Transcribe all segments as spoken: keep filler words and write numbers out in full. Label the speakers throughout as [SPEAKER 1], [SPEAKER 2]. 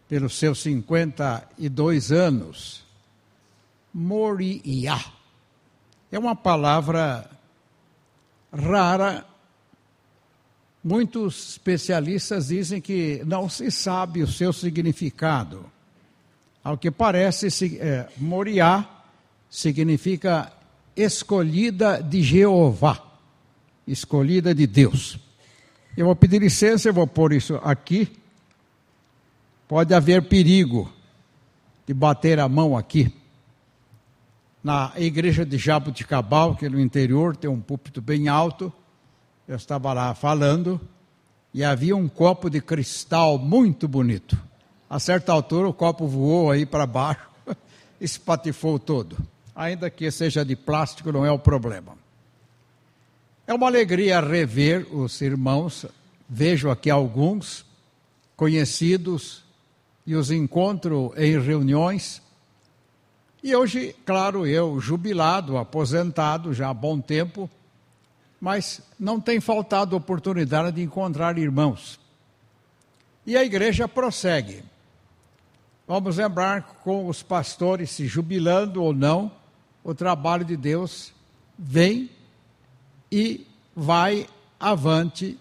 [SPEAKER 1] pelos seus cinquenta e dois anos. Moriá. É uma palavra rara. Muitos especialistas dizem que não se sabe o seu significado. Ao que parece, é, Moriá significa escolhida de Jeová, escolhida de Deus. Eu vou pedir licença, eu vou pôr isso aqui. Pode haver perigo de bater a mão aqui. Na igreja de Jaboticabal, que no interior tem um púlpito bem alto, eu estava lá falando e havia um copo de cristal muito bonito. A certa altura o copo voou aí para baixo, espatifou todo. Ainda que seja de plástico, não é o problema. É uma alegria rever os irmãos. Vejo aqui alguns conhecidos e os encontro em reuniões. E hoje, claro, eu jubilado, aposentado já há bom tempo, mas não tem faltado oportunidade de encontrar irmãos. E a igreja prossegue. Vamos lembrar, com os pastores se jubilando ou não, o trabalho de Deus vem e vai avante,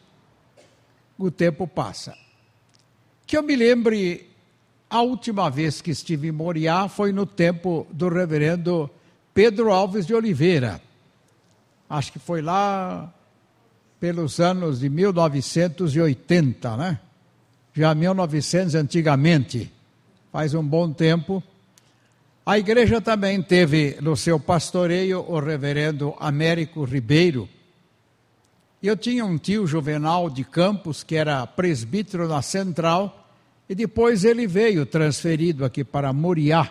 [SPEAKER 1] o tempo passa. Que eu me lembre, a última vez que estive em Moriá foi no tempo do reverendo Pedro Alves de Oliveira. Acho que foi lá pelos anos de mil novecentos e oitenta, né? Já mil e novecentos antigamente, faz um bom tempo. A igreja também teve no seu pastoreio o reverendo Américo Ribeiro. Eu tinha um tio Juvenal de Campos, que era presbítero na Central, e depois ele veio transferido aqui para Moriá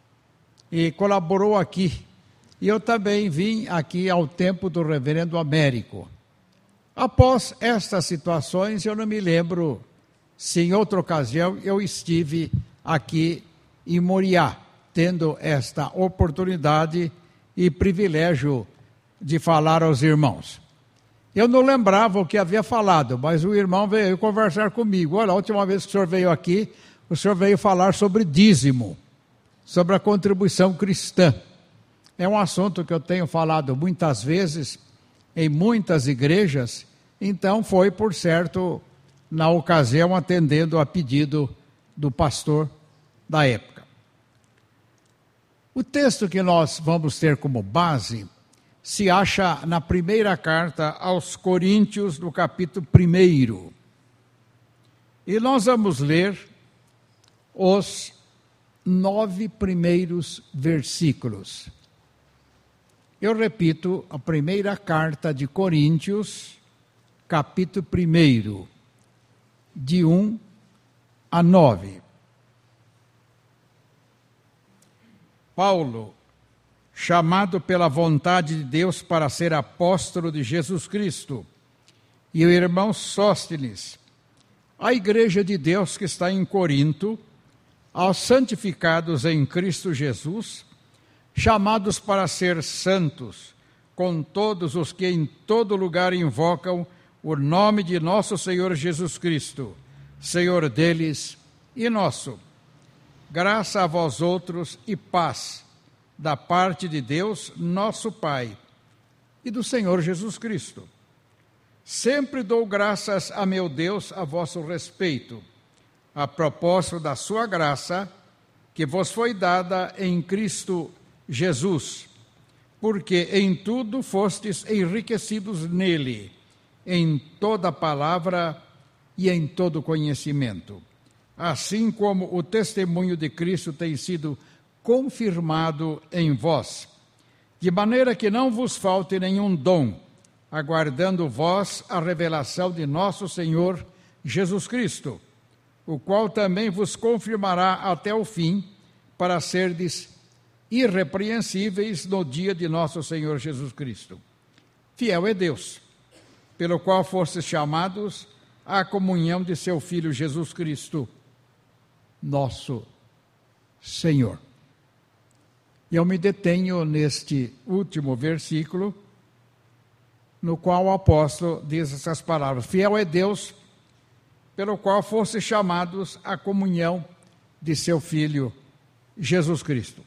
[SPEAKER 1] e colaborou aqui. E eu também vim aqui ao tempo do reverendo Américo. Após estas situações, eu não me lembro se em outra ocasião eu estive aqui em Moriá, tendo esta oportunidade e privilégio de falar aos irmãos. Eu não lembrava o que havia falado, mas o irmão veio conversar comigo. Olha, a última vez que o senhor veio aqui, o senhor veio falar sobre dízimo, sobre a contribuição cristã. É um assunto que eu tenho falado muitas vezes, em muitas igrejas, então foi, por certo, na ocasião, atendendo a pedido do pastor da época. O texto que nós vamos ter como base se acha na primeira carta aos Coríntios, no capítulo primeiro. E nós vamos ler os nove primeiros versículos. Eu repito, a primeira carta de Coríntios, capítulo primeiro, de um a nove. Paulo, chamado pela vontade de Deus para ser apóstolo de Jesus Cristo, e o irmão Sóstenes, a igreja de Deus que está em Corinto, aos santificados em Cristo Jesus, chamados para ser santos, com todos os que em todo lugar invocam o nome de nosso Senhor Jesus Cristo, Senhor deles e nosso. Graça a vós outros e paz, da parte de Deus, nosso Pai, e do Senhor Jesus Cristo. Sempre dou graças a meu Deus a vosso respeito, a propósito da sua graça, que vos foi dada em Cristo Jesus, porque em tudo fostes enriquecidos nele, em toda palavra e em todo conhecimento, assim como o testemunho de Cristo tem sido confirmado em vós, de maneira que não vos falte nenhum dom, aguardando vós a revelação de nosso Senhor Jesus Cristo, o qual também vos confirmará até o fim, para serdes irrepreensíveis no dia de nosso Senhor Jesus Cristo. Fiel é Deus, pelo qual fostes chamados à comunhão de seu Filho Jesus Cristo, nosso Senhor. E eu me detenho neste último versículo, no qual o apóstolo diz essas palavras: fiel é Deus, pelo qual fostes chamados à comunhão de seu Filho Jesus Cristo.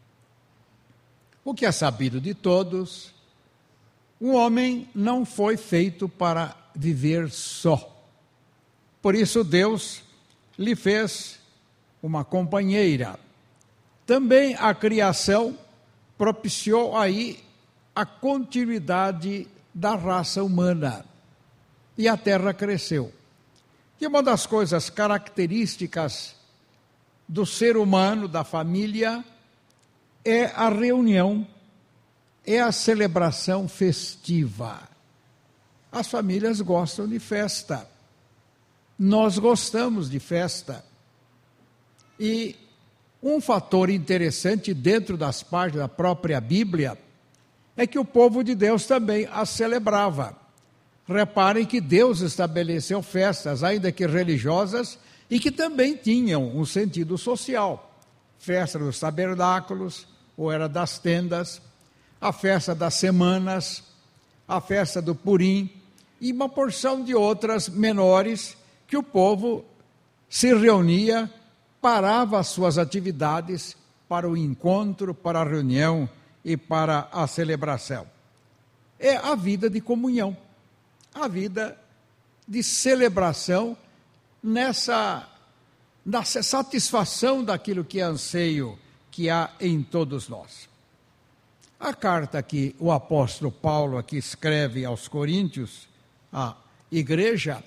[SPEAKER 1] O que é sabido de todos, o homem não foi feito para viver só. Por isso Deus lhe fez uma companheira. Também a criação propiciou aí a continuidade da raça humana. E a terra cresceu. E uma das coisas características do ser humano, da família, é a reunião, é a celebração festiva. As famílias gostam de festa. Nós gostamos de festa. E um fator interessante dentro das páginas da própria Bíblia é que o povo de Deus também as celebrava. Reparem que Deus estabeleceu festas, ainda que religiosas, e que também tinham um sentido social. Festa dos tabernáculos, ou era das tendas, a festa das semanas, a festa do Purim, e uma porção de outras menores que o povo se reunia, parava as suas atividades para o encontro, para a reunião e para a celebração. É a vida de comunhão, a vida de celebração nessa, nessa satisfação daquilo que é anseio que há em todos nós. A carta que o apóstolo Paulo aqui escreve aos Coríntios, a igreja,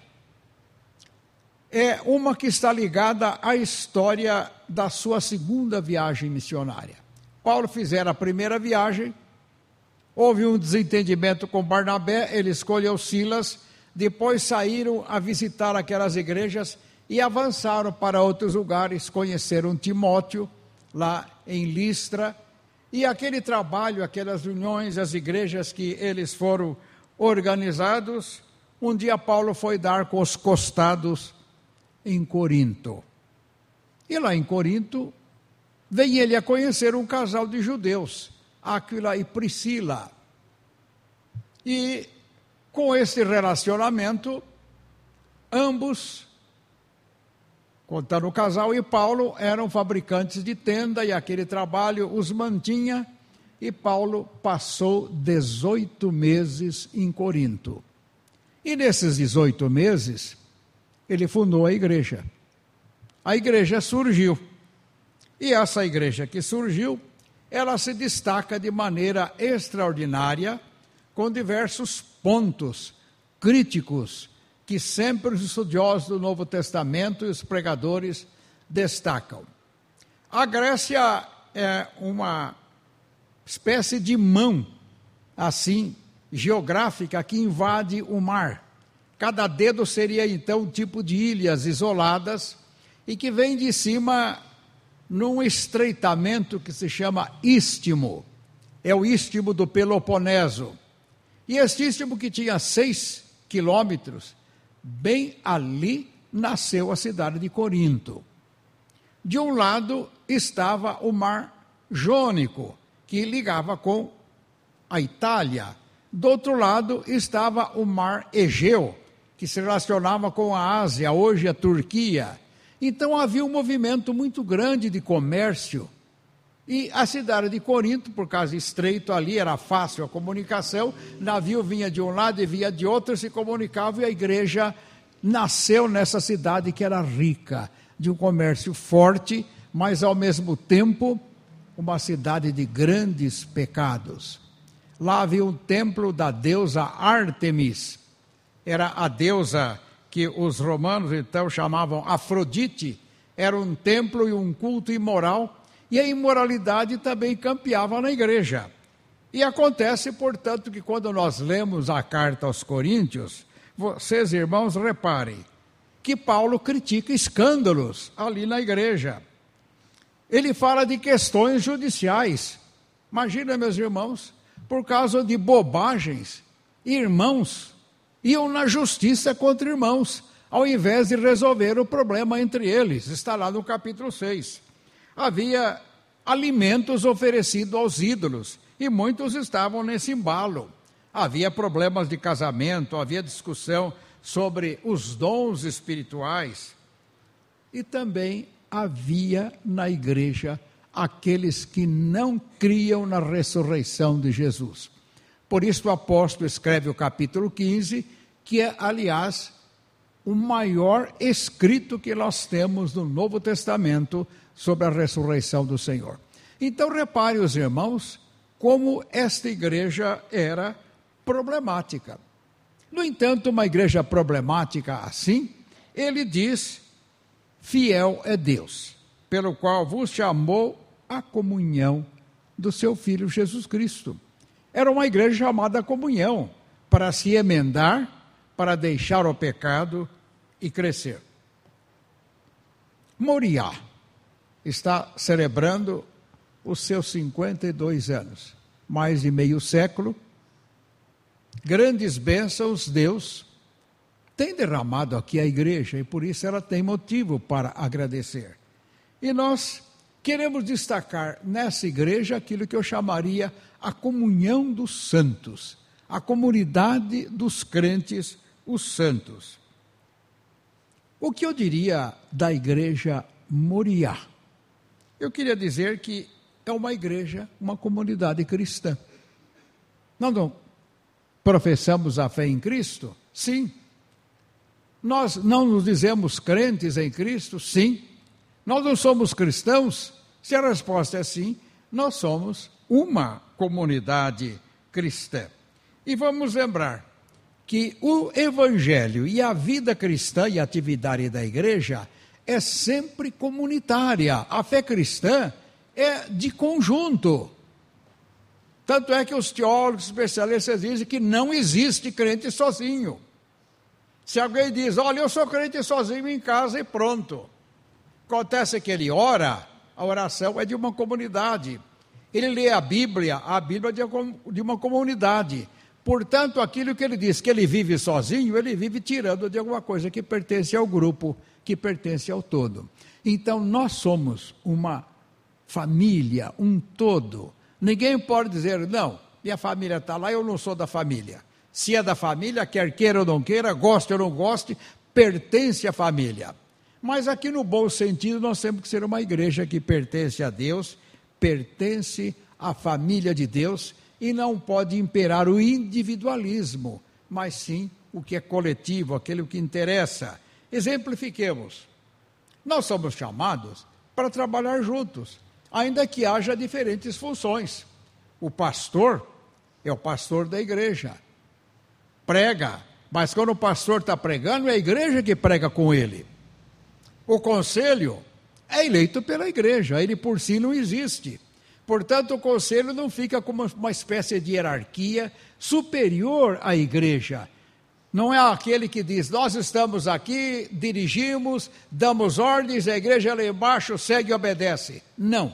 [SPEAKER 1] é uma que está ligada à história da sua segunda viagem missionária. Paulo fizera a primeira viagem, houve um desentendimento com Barnabé, ele escolheu Silas, depois saíram a visitar aquelas igrejas e avançaram para outros lugares, conheceram Timóteo, lá em Listra, e aquele trabalho, aquelas reuniões, as igrejas que eles foram organizados, um dia Paulo foi dar com os costados em Corinto. E lá em Corinto, vem ele a conhecer um casal de judeus, Áquila e Priscila. E com esse relacionamento, ambos, contando o casal e Paulo, eram fabricantes de tenda e aquele trabalho os mantinha, e Paulo passou dezoito meses em Corinto. E nesses dezoito meses, ele fundou a igreja. A igreja surgiu. E essa igreja que surgiu, ela se destaca de maneira extraordinária, com diversos pontos críticos que sempre os estudiosos do Novo Testamento e os pregadores destacam. A Grécia é uma espécie de mão, assim, geográfica, que invade o mar. Cada dedo seria, então, um tipo de ilhas isoladas e que vem de cima num estreitamento que se chama istmo. É o istmo do Peloponeso. E este istmo, que tinha seis quilômetros, bem ali nasceu a cidade de Corinto. De um lado estava o mar Jônico, que ligava com a Itália. Do outro lado estava o mar Egeu, que se relacionava com a Ásia, hoje a Turquia. Então havia um movimento muito grande de comércio. E a cidade de Corinto, por causa estreito ali, era fácil a comunicação, navio vinha de um lado e vinha de outro, se comunicava, e a igreja nasceu nessa cidade que era rica, de um comércio forte, mas ao mesmo tempo uma cidade de grandes pecados. Lá havia um templo da deusa Ártemis, era a deusa que os romanos então chamavam Afrodite, era um templo e um culto imoral, e a imoralidade também campeava na igreja. E acontece, portanto, que quando nós lemos a carta aos Coríntios, vocês, irmãos, reparem que Paulo critica escândalos ali na igreja. Ele fala de questões judiciais. Imagina, meus irmãos, por causa de bobagens, irmãos iam na justiça contra irmãos, ao invés de resolver o problema entre eles. Está lá no capítulo seis. Havia alimentos oferecidos aos ídolos, e muitos estavam nesse embalo. Havia problemas de casamento, havia discussão sobre os dons espirituais. E também havia na igreja aqueles que não criam na ressurreição de Jesus. Por isso o apóstolo escreve o capítulo quinze, que é, aliás, o maior escrito que nós temos no Novo Testamento sobre a ressurreição do Senhor. Então, repare, os irmãos, como esta igreja era problemática. No entanto, uma igreja problemática assim, ele diz: fiel é Deus, pelo qual vos chamou a comunhão do seu Filho Jesus Cristo. Era uma igreja chamada comunhão, para se emendar, para deixar o pecado e crescer. Moriá está celebrando os seus cinquenta e dois anos, mais de meio século. Grandes bênçãos Deus tem derramado aqui a igreja, e por isso ela tem motivo para agradecer. E nós queremos destacar nessa igreja aquilo que eu chamaria a comunhão dos santos, a comunidade dos crentes, os santos. O que eu diria da igreja Moriá? Eu queria dizer que é uma igreja, uma comunidade cristã. Nós não professamos a fé em Cristo? Sim. Nós não nos dizemos crentes em Cristo? Sim. Nós não somos cristãos? Se a resposta é sim, nós somos uma comunidade cristã. E vamos lembrar que o evangelho e a vida cristã e a atividade da igreja é sempre comunitária. A fé cristã é de conjunto. Tanto é que os teólogos especialistas dizem que não existe crente sozinho. Se alguém diz: olha, eu sou crente sozinho em casa, e pronto. Acontece que ele ora, a oração é de uma comunidade. Ele lê a Bíblia, a Bíblia é de uma comunidade. Portanto, aquilo que ele diz que ele vive sozinho, ele vive tirando de alguma coisa que pertence ao grupo, que pertence ao todo. Então, nós somos uma família, um todo. Ninguém pode dizer: não, minha família está lá, eu não sou da família. Se é da família, quer queira ou não queira, goste ou não goste, pertence à família. Mas aqui no bom sentido, nós temos que ser uma igreja que pertence a Deus, pertence à família de Deus, e não pode imperar o individualismo, mas sim o que é coletivo, aquele que interessa. Exemplifiquemos. Nós somos chamados para trabalhar juntos, ainda que haja diferentes funções. O pastor é o pastor da igreja, prega, mas quando o pastor está pregando, é a igreja que prega com ele. O conselho é eleito pela igreja, ele por si não existe. Portanto, o conselho não fica como uma espécie de hierarquia superior à igreja. Não é aquele que diz: nós estamos aqui, dirigimos, damos ordens, a igreja lá embaixo segue e obedece. Não.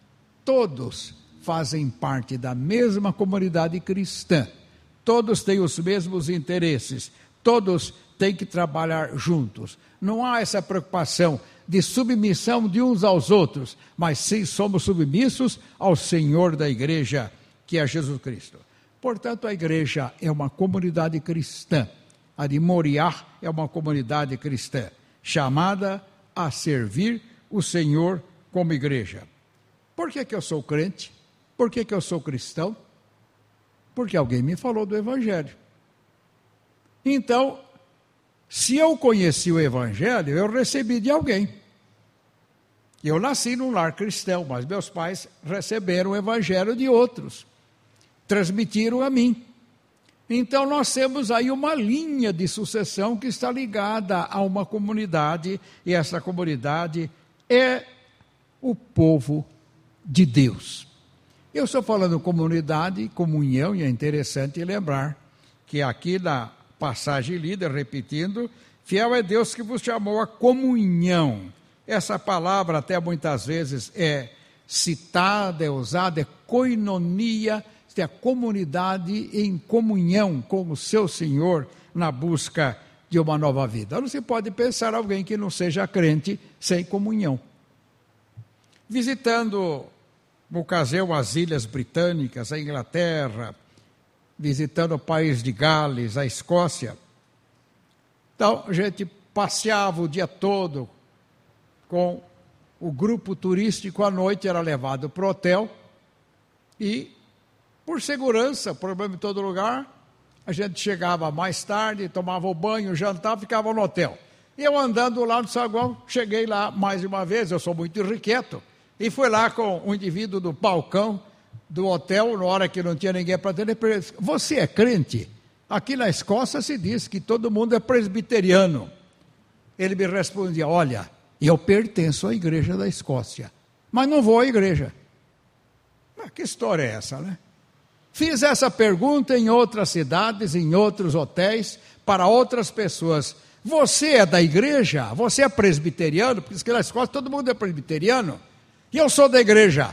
[SPEAKER 1] Todos fazem parte da mesma comunidade cristã. Todos têm os mesmos interesses. Todos têm que trabalhar juntos. Não há essa preocupação de submissão de uns aos outros, mas sim somos submissos ao Senhor da igreja, que é Jesus Cristo. Portanto, a igreja é uma comunidade cristã. A de Moriá é uma comunidade cristã, chamada a servir o Senhor como igreja. Por que que eu sou crente? Por que que eu sou cristão? Porque alguém me falou do Evangelho. Então, se eu conheci o Evangelho, eu recebi de alguém. Eu nasci num lar cristão, mas meus pais receberam o Evangelho de outros, transmitiram a mim. Então nós temos aí uma linha de sucessão que está ligada a uma comunidade, e essa comunidade é o povo de Deus. Eu estou falando comunidade, comunhão, e é interessante lembrar que aqui na passagem lida, repetindo, fiel é Deus que vos chamou a comunhão. Essa palavra até muitas vezes é citada, é usada, é koinonia, é a comunidade em comunhão com o seu Senhor na busca de uma nova vida. Não se pode pensar alguém que não seja crente sem comunhão. Visitando, no ocasião, as Ilhas Britânicas, a Inglaterra, visitando o país de Gales, a Escócia. Então, a gente passeava o dia todo com o grupo turístico à noite era levado para o hotel e, por segurança, problema em todo lugar, a gente chegava mais tarde, tomava o banho, jantava, ficava no hotel. Eu andando lá no saguão, cheguei lá mais uma vez, eu sou muito irrequieto, e fui lá com um indivíduo do balcão do hotel, na hora que não tinha ninguém para atender, ele disse, você é crente? Aqui na Escócia se diz que todo mundo é presbiteriano. Ele me respondia, olha, eu pertenço à igreja da Escócia, mas não vou à igreja. Mas que história é essa, né? Fiz essa pergunta em outras cidades, em outros hotéis, para outras pessoas. Você é da igreja? Você é presbiteriano? Porque diz que na Escócia todo mundo é presbiteriano. E eu sou da igreja.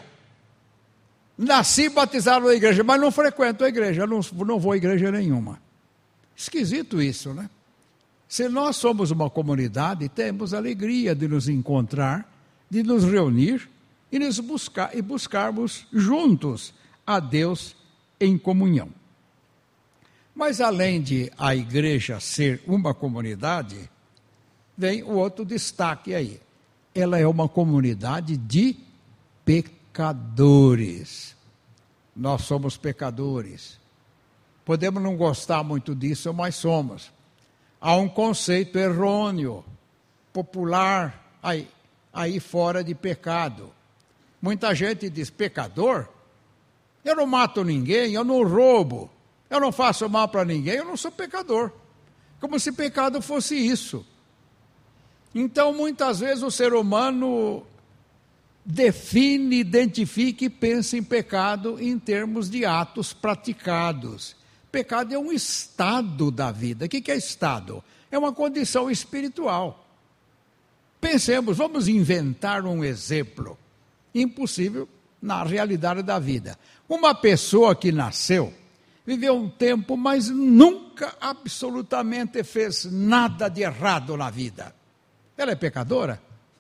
[SPEAKER 1] Nasci batizado na igreja, mas não frequento a igreja, não, não vou a igreja nenhuma. Esquisito isso, né? Se nós somos uma comunidade, temos alegria de nos encontrar, de nos reunir e, nos buscar, e buscarmos juntos a Deus em comunhão. Mas além de a igreja ser uma comunidade, vem o outro destaque aí. Ela é uma comunidade de pecadores. Nós somos pecadores. Podemos não gostar muito disso, mas somos. Há um conceito errôneo, popular, aí, aí fora de pecado. Muita gente diz, pecador? Eu não mato ninguém, eu não roubo, eu não faço mal para ninguém, eu não sou pecador. Como se pecado fosse isso. Então, muitas vezes o ser humano define, identifica e pensa em pecado em termos de atos praticados. Pecado é um estado da vida. O que é estado? É uma condição espiritual. Pensemos, vamos inventar um exemplo. Impossível na realidade da vida. Uma pessoa que nasceu, viveu um tempo, mas nunca absolutamente fez nada de errado na vida. Ela é pecadora?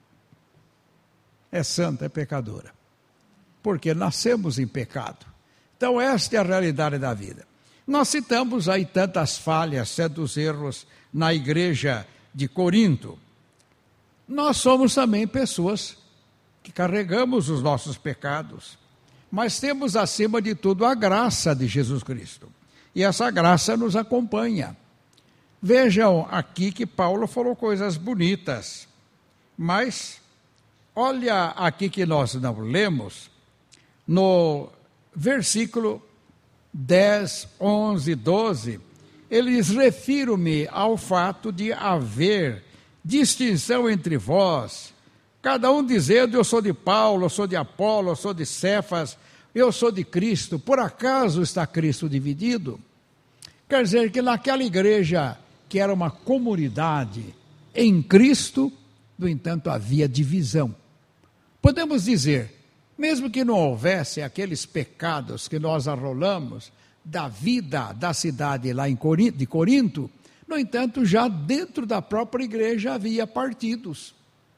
[SPEAKER 1] É santa, é pecadora. Porque nascemos em pecado. Então esta é a realidade da vida. Nós citamos aí tantas falhas, tantos erros na igreja de Corinto. Nós somos também pessoas que carregamos os nossos pecados, mas temos acima de tudo a graça de Jesus Cristo. E essa graça nos acompanha. Vejam aqui que Paulo falou coisas bonitas, mas olha aqui que nós não lemos, no versículo dez, onze, doze, ele diz, refiro-me ao fato de haver distinção entre vós, cada um dizendo, eu sou de Paulo, eu sou de Apolo, eu sou de Cefas, eu sou de Cristo. Por acaso está Cristo dividido? Quer dizer que naquela igreja, que era uma comunidade em Cristo, no entanto havia divisão. Podemos dizer, mesmo que não houvesse aqueles pecados que nós arrolamos da vida da cidade lá em Corinto, de Corinto, no entanto, já dentro da própria igreja havia partidos.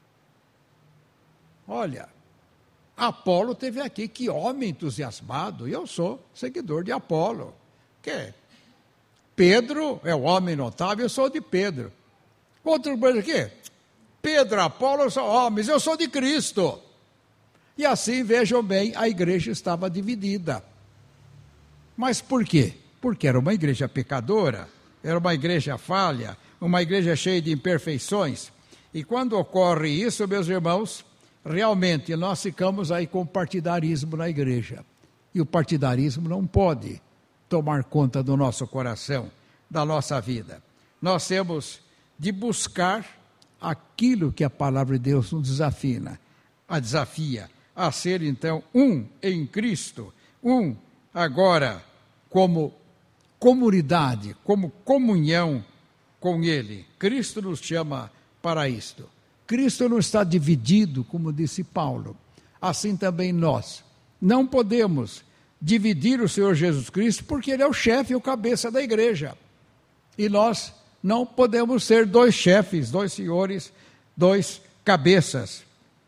[SPEAKER 1] Olha, Apolo teve aqui, que homem entusiasmado, e eu sou seguidor de Apolo. Que Pedro é o homem notável, eu sou de Pedro. Outro coisa aqui, Pedro, Apolo são homens, eu sou de Cristo. E assim, vejam bem, a igreja estava dividida. Mas por quê? Porque era uma igreja pecadora, era uma igreja falha, uma igreja cheia de imperfeições. E quando ocorre isso, meus irmãos, realmente nós ficamos aí com o partidarismo na igreja. E o partidarismo não pode tomar conta do nosso coração, da nossa vida. Nós temos de buscar aquilo que a palavra de Deus nos desafia, a desafia, a ser então um em Cristo, um agora como comunidade, como comunhão com Ele. Cristo nos chama para isto. Cristo não está dividido, como disse Paulo. Assim também nós. Não podemos dividir o Senhor Jesus Cristo, porque Ele é o chefe e o cabeça da igreja. E nós não podemos ser dois chefes, dois senhores, dois cabeças.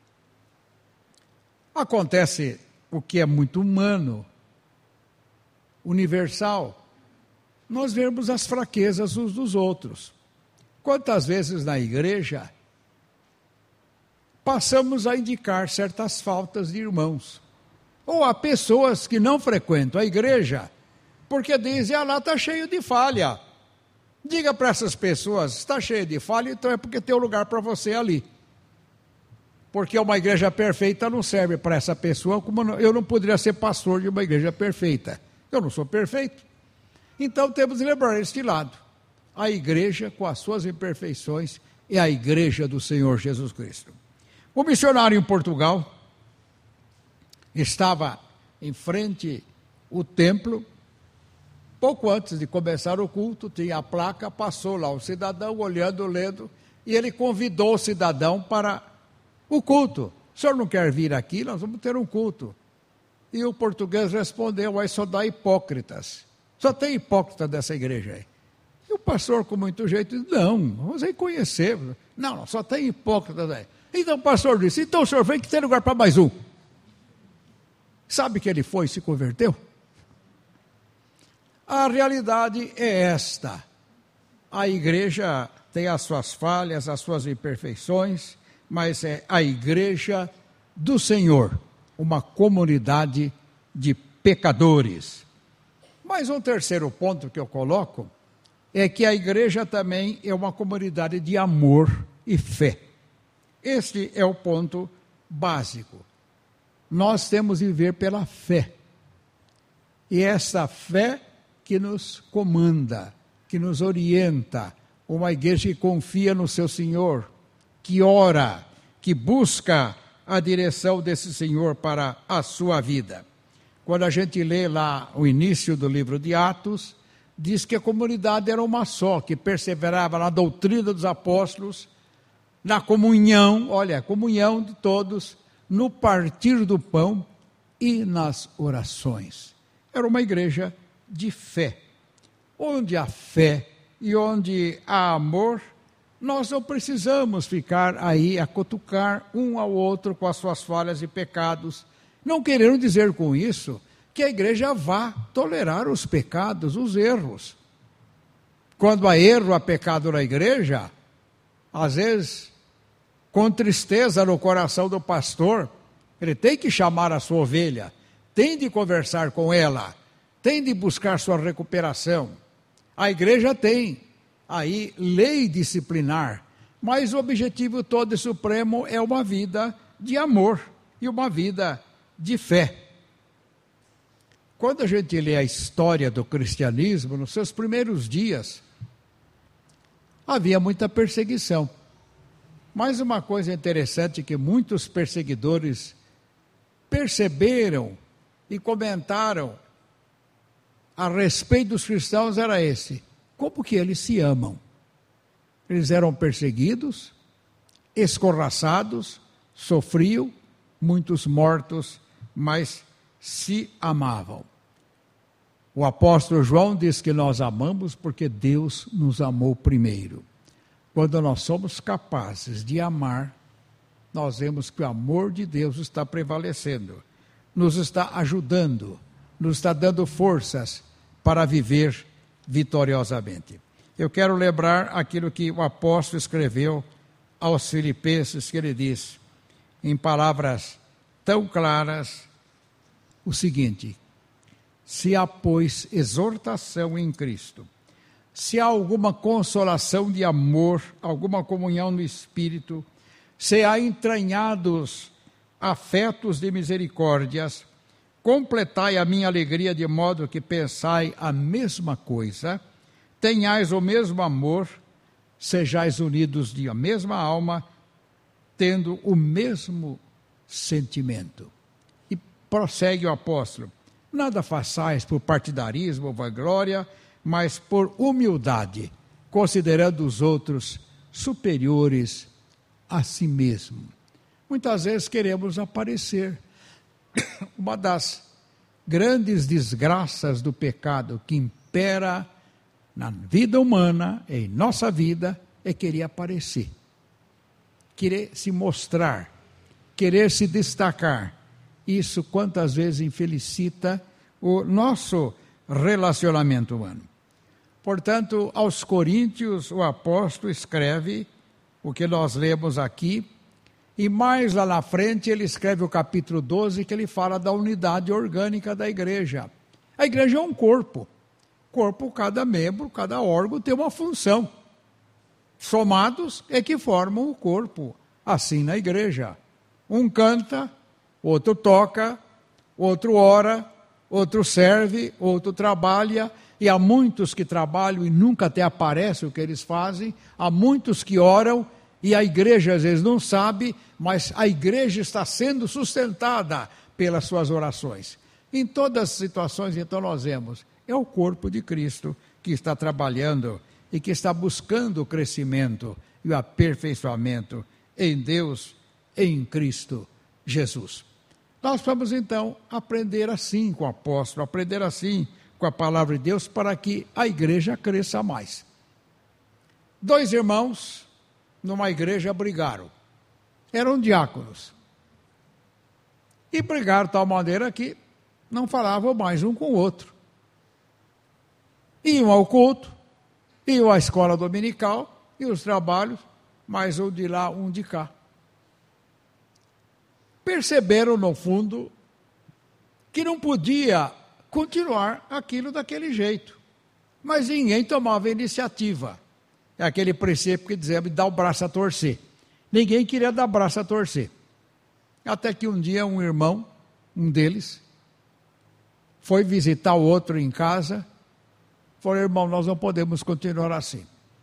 [SPEAKER 1] Acontece o que é muito humano, universal, nós vemos as fraquezas uns dos outros. Quantas vezes na igreja passamos a indicar certas faltas de irmãos. Ou há pessoas que não frequentam a igreja, porque dizem, ah, lá está cheio de falha. Diga para essas pessoas, está cheio de falha, então é porque tem um lugar para você ali. Porque uma igreja perfeita não serve para essa pessoa, como eu não poderia ser pastor de uma igreja perfeita. Eu não sou perfeito. Então temos de lembrar este lado. A igreja, com as suas imperfeições, é a igreja do Senhor Jesus Cristo. O missionário em Portugal estava em frente ao templo. Pouco antes de começar o culto, tinha a placa, passou lá o cidadão olhando, lendo, e ele convidou o cidadão para o culto. O senhor não quer vir aqui? Nós vamos ter um culto. E o português respondeu, aí só dá hipócritas. Só tem hipócrita dessa igreja aí. E o pastor, com muito jeito, disse, não, vamos aí conhecer. Não, não, só tem hipócritas aí. Então o pastor disse, então o senhor vem que tem lugar para mais um. Sabe que ele foi e se converteu? A realidade é esta. A igreja tem as suas falhas, as suas imperfeições, mas é a igreja do Senhor, uma comunidade de pecadores. Mas um terceiro ponto que eu coloco é que a igreja também é uma comunidade de amor e fé. Este é o ponto básico. Nós temos de viver pela fé. E essa fé que nos comanda, que nos orienta, uma igreja que confia no seu Senhor, que ora, que busca a direção desse Senhor para a sua vida. Quando a gente lê lá o início do livro de Atos, diz que a comunidade era uma só, que perseverava na doutrina dos apóstolos, na comunhão, olha, comunhão de todos, no partir do pão e nas orações. Era uma igreja de fé. Onde há fé e onde há amor, nós não precisamos ficar aí a cutucar um ao outro com as suas falhas e pecados. Não querendo dizer com isso que a igreja vá tolerar os pecados, os erros. Quando há erro, há pecado na igreja, às vezes, com tristeza no coração do pastor, ele tem que chamar a sua ovelha, tem de conversar com ela, tem de buscar sua recuperação. A igreja tem aí lei disciplinar, mas o objetivo todo e supremo é uma vida de amor e uma vida de fé. Quando a gente lê a história do cristianismo, nos seus primeiros dias, havia muita perseguição. Mas uma coisa interessante que muitos perseguidores perceberam e comentaram a respeito dos cristãos era esse: como que eles se amam? Eles eram perseguidos, escorraçados, sofriam, muitos mortos, mas se amavam. O apóstolo João diz que nós amamos porque Deus nos amou primeiro. Quando nós somos capazes de amar, nós vemos que o amor de Deus está prevalecendo, nos está ajudando, nos está dando forças para viver vitoriosamente. Eu quero lembrar aquilo que o apóstolo escreveu aos Filipenses, que ele diz, em palavras tão claras, o seguinte: se há, pois, exortação em Cristo, se há alguma consolação de amor, alguma comunhão no Espírito, se há entranhados afetos de misericórdias, completai a minha alegria de modo que pensai a mesma coisa, tenhais o mesmo amor, sejais unidos de a mesma alma, tendo o mesmo sentimento. E prossegue o apóstolo: nada façais por partidarismo ou vanglória, mas por humildade, considerando os outros superiores a si mesmo. Muitas vezes queremos aparecer. Uma das grandes desgraças do pecado que impera na vida humana, em nossa vida, é querer aparecer, querer se mostrar, querer se destacar. Isso quantas vezes infelicita o nosso relacionamento humano. Portanto, aos Coríntios, o apóstolo escreve o que nós lemos aqui, E mais lá na frente ele escreve o capítulo doze, que ele fala da unidade orgânica da igreja. A igreja é um corpo. Corpo, cada membro, cada órgão tem uma função. Somados é que formam o corpo. Assim na igreja. Um canta, outro toca, outro ora, outro serve, outro trabalha. E há muitos que trabalham e nunca até aparece o que eles fazem. Há muitos que oram e a igreja às vezes não sabe, mas a igreja está sendo sustentada pelas suas orações. Em todas as situações, então, nós vemos, é o corpo de Cristo que está trabalhando e que está buscando o crescimento e o aperfeiçoamento em Deus, em Cristo Jesus. Nós vamos, então, aprender assim com o apóstolo, aprender assim com a palavra de Deus, para que a igreja cresça mais. Dois irmãos numa igreja brigaram. Eram diáconos. E brigaram de tal maneira que não falavam mais um com o outro. Iam ao culto, iam à escola dominical e os trabalhos, mais um de lá, um de cá. Perceberam, no fundo, que não podia continuar aquilo daquele jeito. Mas ninguém tomava iniciativa. É aquele princípio que dizemos, dá o braço a torcer. Ninguém queria dar braço a torcer. Até que um dia um irmão, um deles, foi visitar o outro em casa, falou, irmão, nós não podemos continuar assim.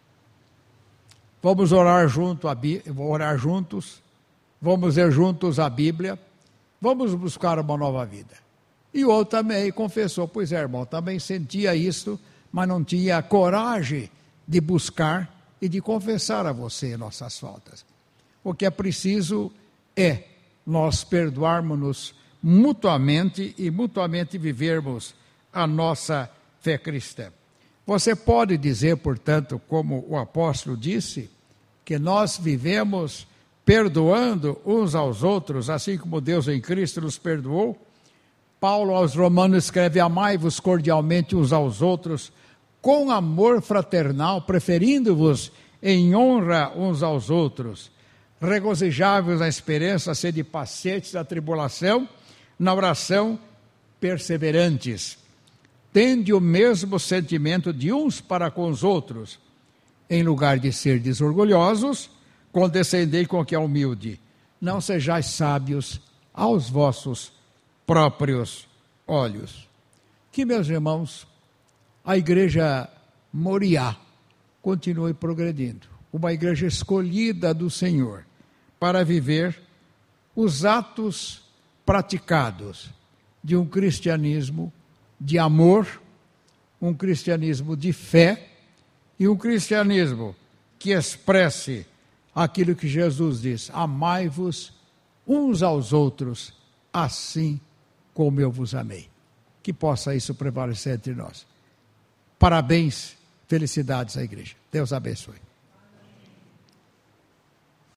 [SPEAKER 1] Vamos orar, junto a Bí- orar juntos, vamos ler juntos a Bíblia, vamos buscar uma nova vida. E o outro também confessou, pois é, irmão, também sentia isso, mas não tinha coragem de buscar e de confessar a você nossas faltas. O que é preciso é nós perdoarmos-nos mutuamente e mutuamente vivermos a nossa fé cristã. Você pode dizer, portanto, como o apóstolo disse, que nós vivemos perdoando uns aos outros, assim como Deus em Cristo nos perdoou? Paulo aos Romanos escreve, amai-vos cordialmente uns aos outros, com amor fraternal, preferindo-vos em honra uns aos outros. Regozijai-vos na esperança, sede pacientes na tribulação, na oração perseverantes. Tende o mesmo sentimento de uns para com os outros. Em lugar de ser desorgulhosos, condescendei com o que é humilde. Não sejais sábios aos vossos próprios olhos. Que, meus irmãos, a igreja Moriá continue progredindo. Uma igreja escolhida do Senhor para viver os atos praticados de um cristianismo de amor, um cristianismo de fé e um cristianismo que expresse aquilo que Jesus diz, amai-vos uns aos outros, assim como eu vos amei. Que possa isso prevalecer entre nós. Parabéns, felicidades à igreja. Deus abençoe.